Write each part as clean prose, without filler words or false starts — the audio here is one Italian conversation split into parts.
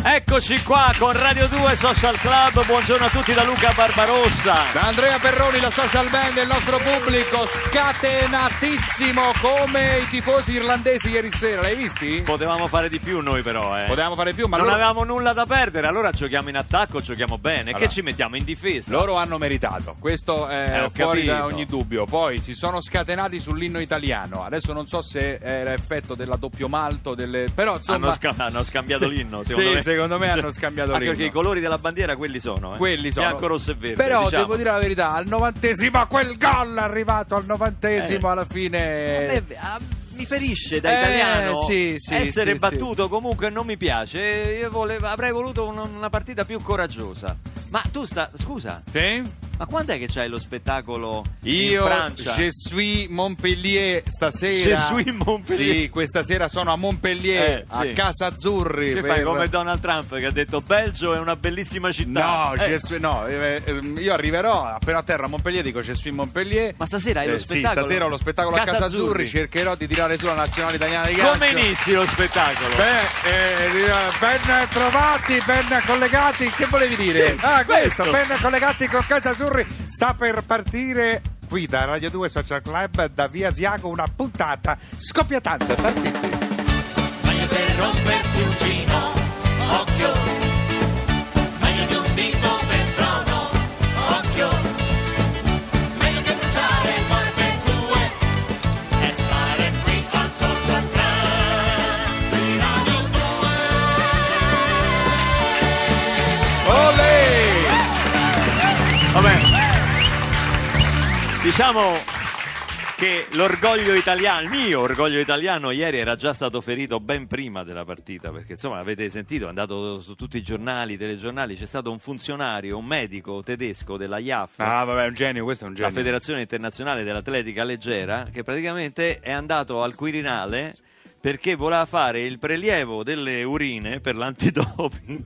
Eccoci qua con Radio 2 Social Club, buongiorno a tutti da Luca Barbarossa. Da Andrea Perroni, la social band del nostro pubblico, scatenatissimo come i tifosi irlandesi ieri sera, l'hai visti? Potevamo fare di più noi però, Potevamo fare più, ma non loro... avevamo nulla da perdere, allora giochiamo in attacco, giochiamo bene, allora, che ci mettiamo in difesa. Loro hanno meritato, questo è fuori capito. da ogni dubbio. Poi si sono scatenati sull'inno italiano, adesso non so se era effetto della doppio malto, però insomma... Hanno scambiato l'inno, secondo me. Secondo me hanno scambiato l'inno. Perché i colori della bandiera quelli sono, Quelli sono. Bianco, rosso e verde. Però diciamo. devo dire la verità, al 90esimo quel gol arrivato al 90esimo alla fine... Mi ferisce da italiano essere sì, battuto, comunque non mi piace. Io avrei voluto una partita più coraggiosa. Ma tu scusa? Sì? Ma quando è che c'hai lo spettacolo in Io, Francia? Je suis Montpellier stasera. Je suis Montpellier. Sì, questa sera sono a Montpellier, sì. a Casa Azzurri. Che fai come Donald Trump che ha detto Belgio è una bellissima città. No, io arriverò appena a terra a Montpellier, dico Je suis Montpellier. Ma stasera hai lo spettacolo? Sì, stasera ho lo spettacolo a Casa Azzurri, cercherò di tirare su la nazionale italiana di calcio. Come inizi lo spettacolo? Ben trovati, ben collegati, che volevi dire? Sì, questo. Ben collegati con Casa Azzurri. Sta per partire qui da Radio 2 Social Club, da Via Asiago, una puntata scoppiatante. Partite. Meglio per rompersi un gino, occhio. Meglio di un dito per trono, occhio. Meglio che bruciare poi per due e stare qui al Social Club di Radio 2. Olè! Vabbè, diciamo che l'orgoglio italiano, il mio orgoglio italiano ieri era già stato ferito ben prima della partita, perché insomma avete sentito, è andato su tutti i giornali, telegiornali, c'è stato un funzionario, un medico tedesco della IAF, Vabbè, è un genio, questo è un genio. la Federazione Internazionale dell'Atletica Leggera, che praticamente è andato al Quirinale perché voleva fare il prelievo delle urine per l'antidoping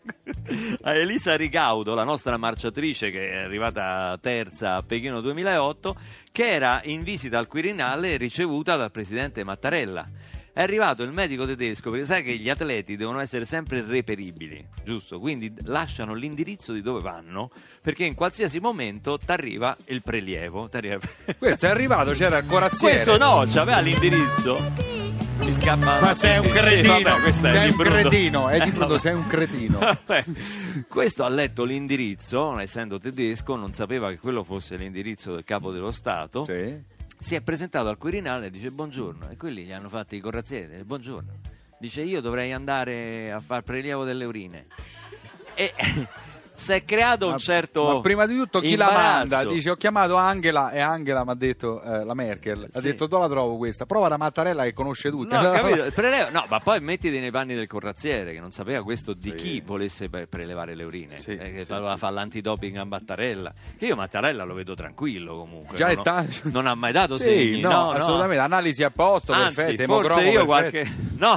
a Elisa Rigaudo, la nostra marciatrice che è arrivata terza a Pechino 2008, che era in visita al Quirinale ricevuta dal presidente Mattarella. È arrivato il medico tedesco, perché sai che gli atleti devono essere sempre reperibili, giusto? Quindi lasciano l'indirizzo di dove vanno, perché in qualsiasi momento t'arriva il prelievo. Questo è arrivato, c'era il corazziere. Questo no, c'aveva l'indirizzo. Mi scappa. Ma sei un cretino, sì, vabbè, questo sei è un di Bruno. cretino, è di Bruno, sei un cretino. Vabbè. Questo ha letto l'indirizzo, essendo tedesco, non sapeva che quello fosse l'indirizzo del capo dello Stato. Sì. Si è presentato al Quirinale e dice buongiorno, e quelli gli hanno fatto i corazzieri, buongiorno. Dice io dovrei andare a far prelievo delle urine. E si è creato un certo ma prima di tutto chi imbarazzo. la manda? Dice ho chiamato Angela e Angela mi ha detto la Merkel ha detto dove la trovo questa? Prova da Mattarella che conosce tutti. No, capito? Il prelievo, no, ma poi mettiti nei panni del corazziere che non sapeva questo di chi volesse prelevare le urine, che fa l'antidoping a Mattarella. Che io Mattarella lo vedo tranquillo comunque. Già non ha mai dato sì, segni. No, assolutamente, analisi a posto, anzi, perfetto, forse io qualche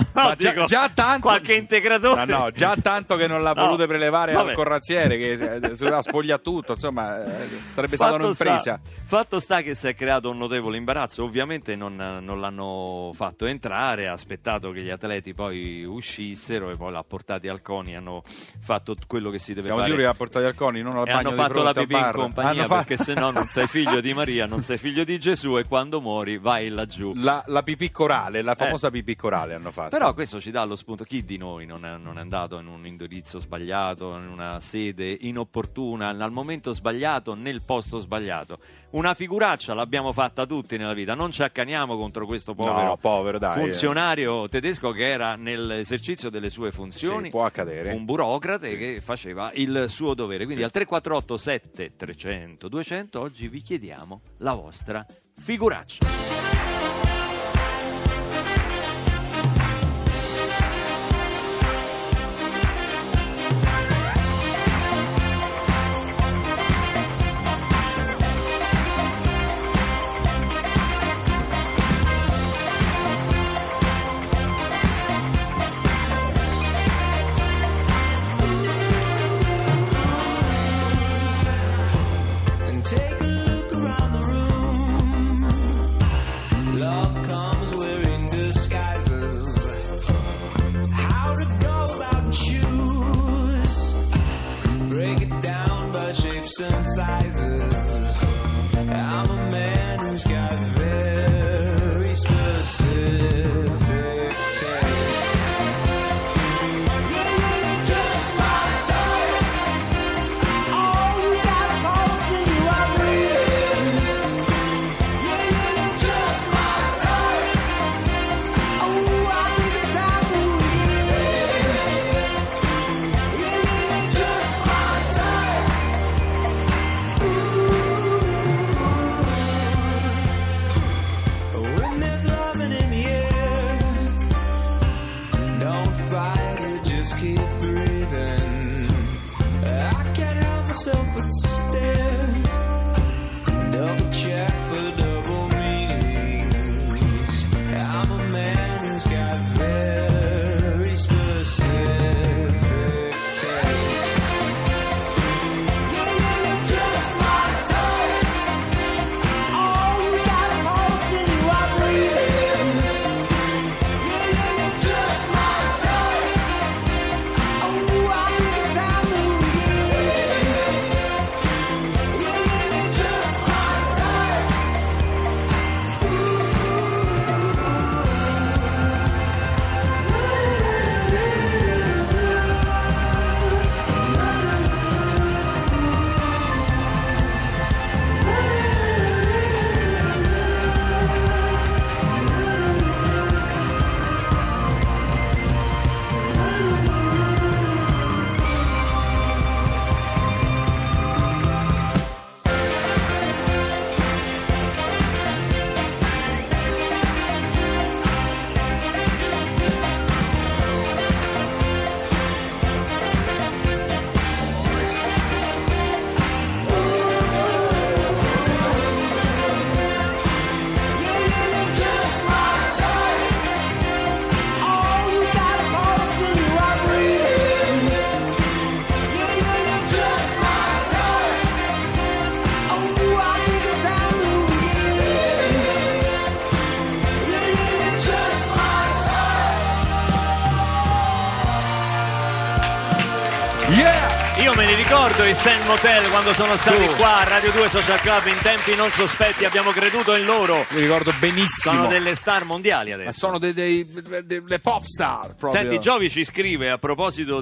già tanto, qualche integratore. No, già tanto che non l'ha voluto prelevare vabbè. al corazziere che doveva spogliare tutto, insomma, sarebbe stata un'impresa. Fatto sta che si è creato un notevole imbarazzo, ovviamente non l'hanno fatto entrare, ha aspettato che gli atleti poi uscissero e poi l'ha portati al CONI, hanno fatto quello che si deve fare. Siamo sicuri che l'ha portati al CONI, non al bagno hanno di fatto la pipì in bar. compagnia perché se no non sei figlio di Maria, non sei figlio di Gesù e quando muori vai laggiù. La pipì corale, la famosa pipì corale hanno fatto. Però questo ci dà lo spunto, chi di noi non è andato in un indirizzo sbagliato, in una sede inopportuna, al momento sbagliato, nel posto sbagliato. Una figuraccia l'abbiamo fatta tutti nella vita, non ci accaniamo contro questo povero funzionario tedesco che era nell'esercizio delle sue funzioni, sì, può accadere. Un burocrate che faceva il suo dovere. Quindi al 348 7300 200 oggi vi chiediamo la vostra figuraccia. Take a look around the room. Love breathing. I can't help myself but stare. Double check for double meanings. I'm a man who's got very specific taste. You're just my type. Oh, you got a pulse and you are breathing. You're just my type. Oh, I think it's time to begin. You're just my type. Io me li ricordo i Sand Motel quando sono stati qua a Radio 2 Social Club in tempi non sospetti, abbiamo creduto in loro. Mi ricordo benissimo. Sono delle star mondiali adesso. Ma sono delle pop star proprio. Senti, Giovi ci scrive a proposito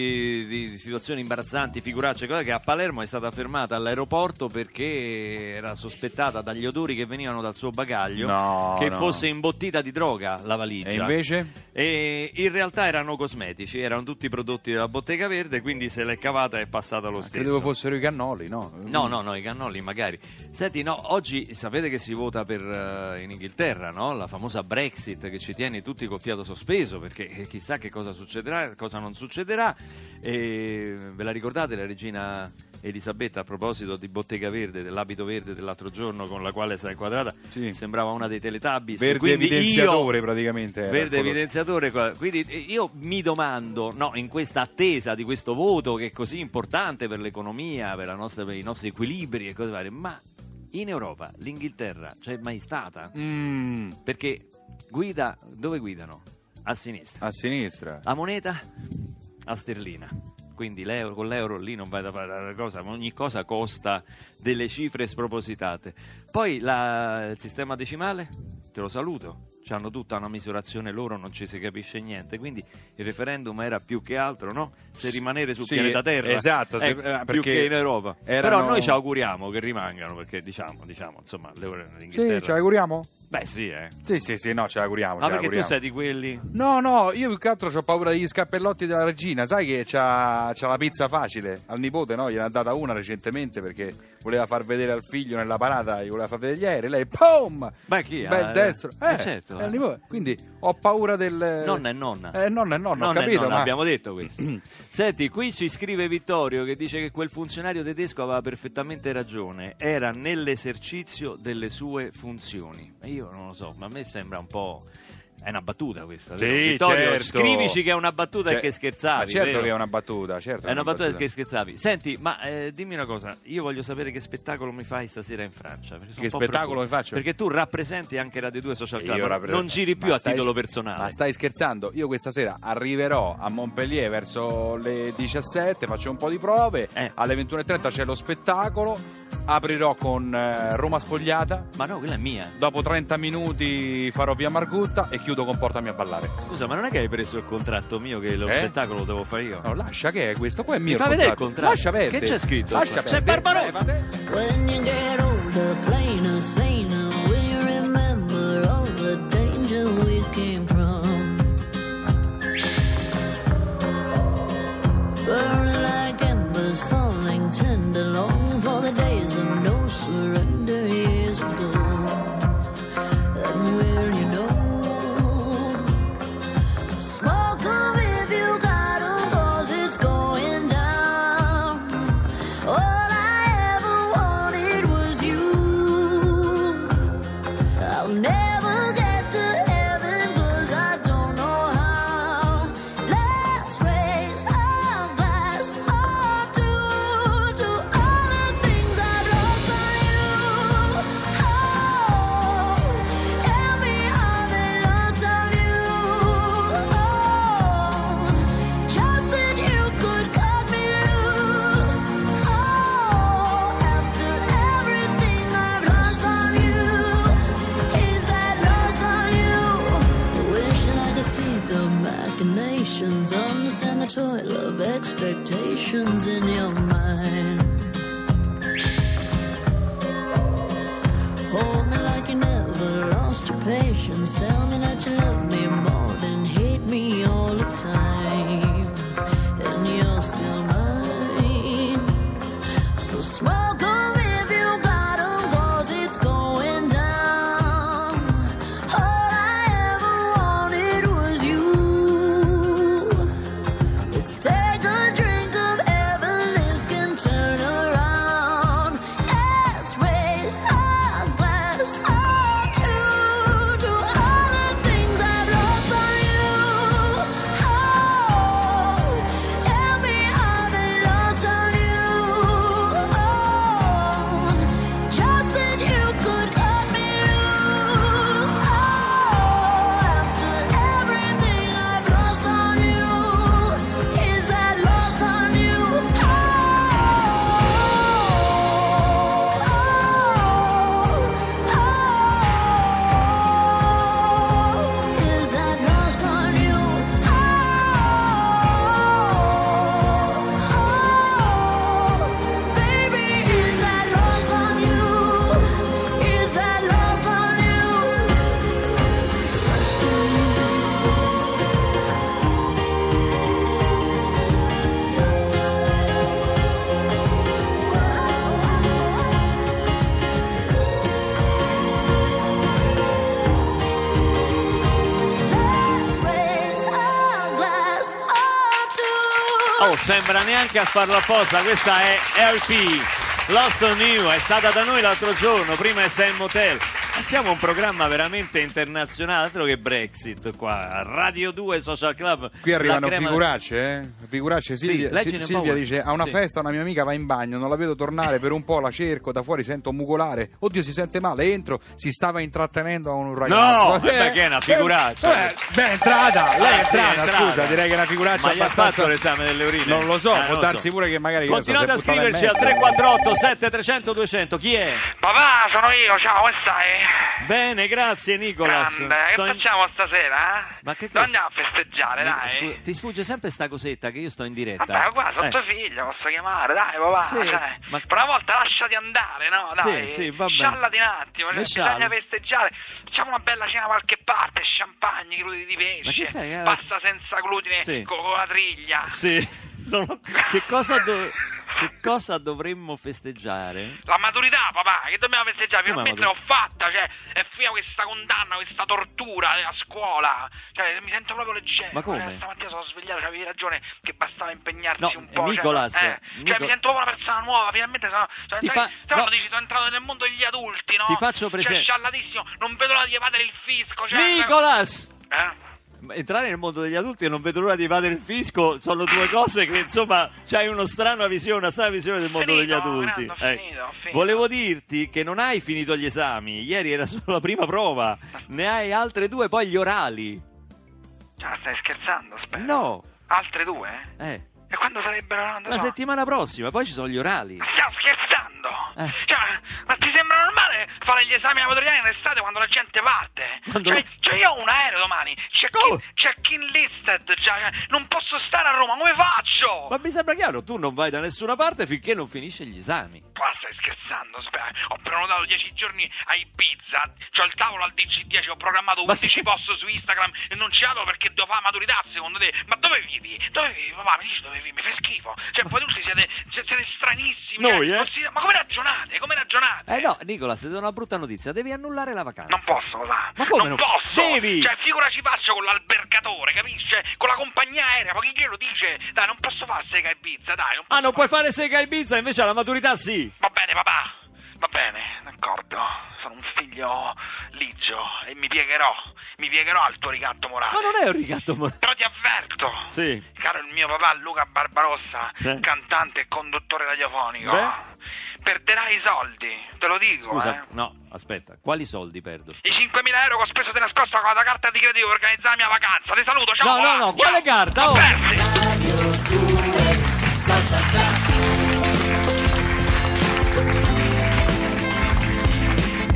di situazioni imbarazzanti, figuracce, cose, che a Palermo è stata fermata all'aeroporto perché era sospettata dagli odori che venivano dal suo bagaglio che fosse imbottita di droga la valigia. E invece? E in realtà erano cosmetici, erano tutti prodotti della Bottega Verde, quindi se l'è cavata è passata lo stesso. Credevo fossero i cannoli, no? No, i cannoli magari. Senti, no, oggi sapete che si vota per in Inghilterra, no? La famosa Brexit che ci tiene tutti col fiato sospeso, perché chissà che cosa succederà, cosa non succederà. E ve la ricordate la regina Elisabetta, a proposito di Bottega Verde, dell'abito verde dell'altro giorno con la quale si è inquadrata? Sì. Sembrava una dei Teletubbies. Verde Quindi evidenziatore praticamente era verde quello. evidenziatore. Quindi io mi domando, no, in questa attesa di questo voto che è così importante per l'economia, per i nostri equilibri e cose varie, ma in Europa l'Inghilterra c'è mai stata? Perché dove guidano? A sinistra. A sinistra. La moneta? A sterlina. Quindi con l'euro lì non vai da fare la cosa, ogni cosa costa delle cifre spropositate. Poi il sistema decimale, te lo saluto, hanno tutta una misurazione loro, non ci si capisce niente, quindi il referendum era più che altro, no? Se rimanere sul pianeta Terra, esatto, più che in Europa. erano... Però noi ci auguriamo che rimangano, perché diciamo insomma l'Inghilterra... Sì, ci auguriamo? Beh sì, Sì, no, ce l'auguriamo. Ma perché tu sei di quelli? No, io più che altro ho paura degli scappellotti della regina. Sai che c'ha la pizza facile. Al nipote, no? Gliene ha data una recentemente perché voleva far vedere al figlio nella parata, gli voleva far vedere gli aerei. Lei, boom! Ma chi? Bel destro. Certo. Al nipote. Quindi ho paura del... Nonna e nonna. Nonna e nonna, ho capito. Nonna, ma... abbiamo detto questo. Senti, qui ci scrive Vittorio che dice che quel funzionario tedesco aveva perfettamente ragione. Era nell'esercizio delle sue funzioni. Io non lo so, ma a me sembra un po'... È una battuta questa, sì, vero? Vittorio, certo. Scrivici che è una battuta e che scherzavi. Ma certo vero? che è una battuta, certo. È una battuta che scherzavi. Senti, ma dimmi una cosa, io voglio sapere che spettacolo mi fai stasera in Francia. Che spettacolo mi faccio? Perché tu rappresenti anche Radio 2 Social Club, non giri più a titolo personale. Ma stai scherzando? Io questa sera arriverò a Montpellier verso le 17, faccio un po' di prove, alle 21:30 c'è lo spettacolo, aprirò con Roma Spogliata. Ma no, quella è mia. Dopo 30 minuti farò Via Margutta e chiudo con Portami a ballare. Scusa, ma non è che hai preso il contratto mio che lo spettacolo lo devo fare io? No, lascia, che è questo? Qua è mio. Mi fa vedere il contratto. Lascia perdere. Che c'è scritto? Lascia C'è perdere. Barbarossa. When you get older, plainer, saner, will you remember all the danger we came from? Burning like embers, falling tender, longing for the days of no surrender years ago. And will you know? So smoke 'em if you got 'em, 'cause coil of expectations in your mind. Hold me like you never lost your patience. Tell me that you love me more than hate me all the time. And you're still mine. So smoke 'em if you got 'em, 'cause it's going down. All I ever wanted was you. Let's take a drink of heaven, can turn around. Let's raise our glass or two to all the things I've lost on you. Oh, tell me how they lost on you. Oh, just that you could cut me loose. Oh, after everything I've lost on you, is that lost on you? Is that lost on you? Baby, is that lost on you? Is that lost on you? Lost on Let's raise our glass or two. Oh, sembra neanche a farlo apposta. Questa è LP, Lost on You, è stata da noi l'altro giorno, prima è Sam Motel. Ma siamo un programma veramente internazionale, altro che Brexit qua, Radio 2 Social Club. Qui arrivano la crema- figuracce, eh? Figuracce. Silvia, leggine un Silvia po'. dice: a una Sì. festa una mia amica va in bagno, non la vedo tornare per un po', la cerco, da fuori sento mugolare. Oddio, si sente male, entro, si stava intrattenendo a un ragazzo. No, ma che è una figuraccia. Beh, è entrata, lei è sì, è entrata, entrata. scusa, direi che è una figuraccia Ma gli ha abbastanza. fatto l'esame delle urine? Non lo so, Ah, può non lo darsi so. pure che magari. Continuate a si è buttata in scriverci al mezzo. 348 7300 200. Chi è? Papà, sono io, ciao, come stai? Bene, grazie Nicolas. Grande, che Sto in- facciamo stasera? Eh? Ma che Dove cosa? andiamo a festeggiare, dai? Scusa, ti sfugge sempre sta cosetta che io sto in diretta. Vabbè, qua sono tuo figlio, posso chiamare, dai papà, Sì, cioè, ma- per una volta lasciati andare, no? Dai, Sì, va bene. sciallati un attimo, cioè, Mi bisogna sciallo. festeggiare, facciamo una bella cena da qualche parte, champagne, crudi di Ma che pesce, sai, pasta senza glutine Sì. con la triglia. Sì. Non ho- che cosa dovremmo festeggiare? La maturità, papà, che dobbiamo festeggiare? Come Finalmente la l'ho fatta, cioè, è finita questa condanna, questa tortura a scuola. Cioè, mi sento proprio leggero. Ma come? Stamattina sono svegliato, c'avevi ragione, che bastava impegnarsi No, un po'. Nicolas, cioè, Nico- mi sento proprio una persona nuova, finalmente sono Ti entrato, fa- no. dici, sono entrato nel mondo degli adulti, no? Ti faccio Cioè, presente- sciallatissimo, non vedo l'ora di evadere il fisco, cioè... Nicolas! Eh? Entrare nel mondo degli adulti e non vedo l'ora di evadere il fisco sono due cose che insomma c'hai una strana visione del mondo Finito, degli adulti. grande, ho finito, ho finito. Volevo dirti che non hai finito gli esami, ieri era solo la prima prova, ne hai altre due, poi gli orali. Cioè, stai scherzando, spero? No, Altre due? E quando sarebbero? Non lo la so. settimana prossima, poi ci sono gli orali. Stiamo scherzando? Cioè, ma ti sembra normale fare gli esami alla maturità in estate quando la gente parte? Quando- Cioè, io ho un aereo domani, Come? check-in listed, cioè, non posso stare a Roma, come faccio? Ma mi sembra chiaro, tu non vai da nessuna parte finché non finisce gli esami. Ma stai scherzando? Aspetta, ho prenotato 10 giorni a Ibiza, c'ho il tavolo al DC10, ho programmato Ma 11 che- post su Instagram e non ci vado perché devo fare la maturità, secondo te? Ma dove vivi? Dove vivi, papà? Mi dici dove vivi? Mi fai schifo. Cioè, voi tutti siete stranissimi. Noi, cioè, eh? non ma come ragionate? Come ragionate? No, Nicolas, ti do una brutta notizia, devi annullare la vacanza. Non posso, papà. Ma come non no? posso? Devi! Cioè, figura ci faccio con l'albergatore, capisci? Cioè, con la compagnia aerea, ma chi glielo dice? Dai, non posso fare sega a Ibiza, dai. Non posso Ah, non puoi fare sega a Ibiza, invece alla maturità sì. Va bene, papà. Va bene, d'accordo. Sono un figlio ligio e mi piegherò al tuo ricatto morale. Ma non è un ricatto morale. Però ti avverto. Sì. Caro il mio papà Luca Barbarossa, Eh? cantante e conduttore radiofonico. Beh? Perderai i soldi, te lo dico, Scusa, no, aspetta, quali soldi perdo? I 5.000 euro che ho speso di nascosto con la carta di credito per organizzare la mia vacanza. Ti saluto, ciao. No, no, papà. no, quale Ciao. carta? Oh. Persi.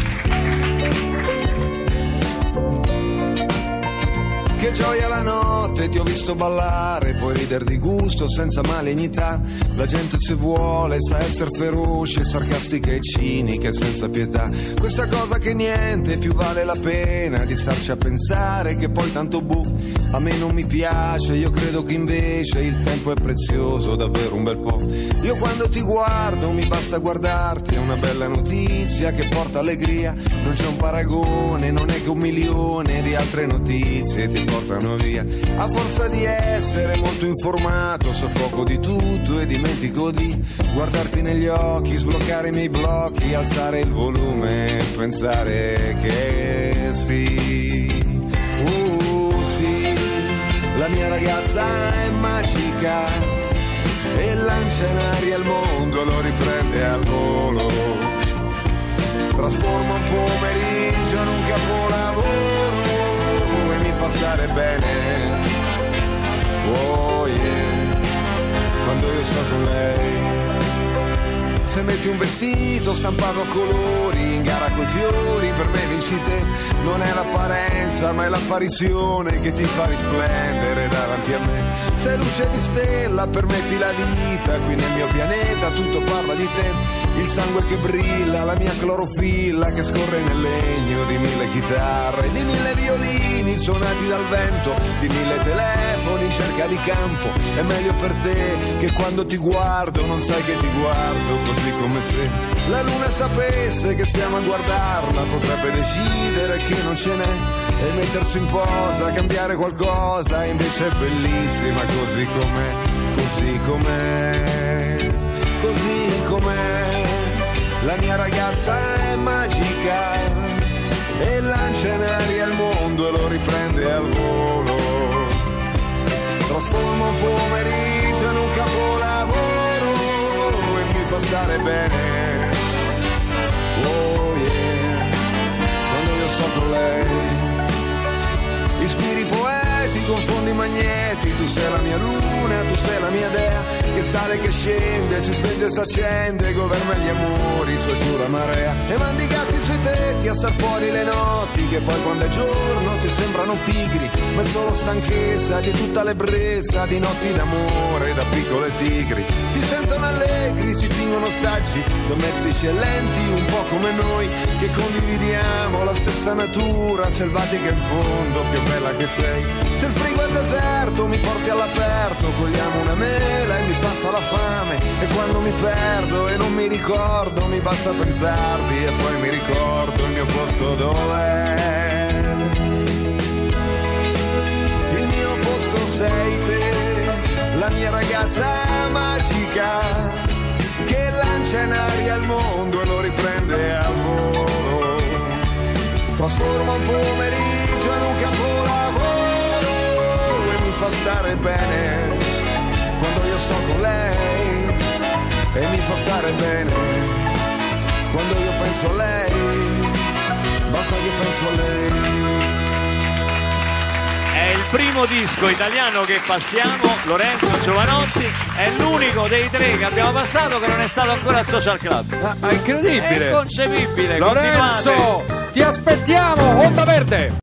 Che gioia la notte volte ti ho visto ballare, puoi ridere di gusto senza malignità. La gente se vuole sa essere feroce, sarcastica e cinica e senza pietà. Questa cosa che niente più vale la pena di starci a pensare, che poi tanto a me non mi piace. Io credo che invece il tempo è prezioso, davvero un bel po'. Io quando ti guardo mi basta guardarti, è una bella notizia che porta allegria. Non c'è un paragone, non è che 1 milione di altre notizie ti portano via. A forza di essere molto informato so poco di tutto e dimentico di guardarti negli occhi, sbloccare i miei blocchi, alzare il volume, pensare che sì, la mia ragazza è magica e lancia in aria il mondo, lo riprende al volo, trasforma un pomeriggio in un capolavoro e mi fa stare bene, oh yeah, quando io sto con lei. Se metti un vestito stampato a colori, in gara coi fiori, per me vinci te. Non è l'apparenza ma è l'apparizione che ti fa risplendere davanti a me. Sei luce di stella, permetti la vita, qui nel mio pianeta tutto parla di te. Il sangue che brilla, la mia clorofilla che scorre nel legno di 1000 chitarre, di 1000 violini suonati dal vento, di 1000 telefoni in cerca di campo. È meglio per te che quando ti guardo non sai che ti guardo, così come se la luna sapesse che stiamo a guardarla, potrebbe decidere che non ce n'è e mettersi in posa, cambiare qualcosa, invece è bellissima così com'è, così com'è, così com'è. La mia ragazza è magica e lancia in aria il mondo e lo riprende al volo, trasforma un pomeriggio in un capolavoro e mi fa stare bene, oh yeah, quando io sto con lei. Ispiri poeti, confondi magneti, tu sei la mia luna, tu sei la mia dea, che sale, che scende, si spenge e si accende, governa gli amori, su e giù la marea, e mandi i gatti sui tetti a star fuori le notti, che poi quando è giorno ti sembrano pigri, ma è solo stanchezza di tutta l'ebbrezza di notti d'amore da piccole tigri. Si sentono allegri, si fingono saggi, domestici e lenti, un po' come noi, che condividiamo la stessa natura selvatica in fondo, che bella che sei. Se il frigo è deserto mi porti all'aperto, cogliamo una mela e mi passa la fame, e quando mi perdo e non mi ricordo mi basta pensarti e poi mi ricordo il mio posto dov'è. Il mio posto sei te, la mia ragazza magica che lancia in aria il mondo e lo riprende al volo, trasforma un pomeriggio in un capolavoro e mi fa stare bene quando io sto con lei, e mi fa stare bene quando io penso a lei, basta che penso a lei. È il primo disco italiano che passiamo, Lorenzo Giovanotti è l'unico dei 3 che abbiamo passato che non è stato ancora al Social Club. Ma è incredibile! È inconcepibile. Lorenzo, continuate. ti aspettiamo, Onda Verde!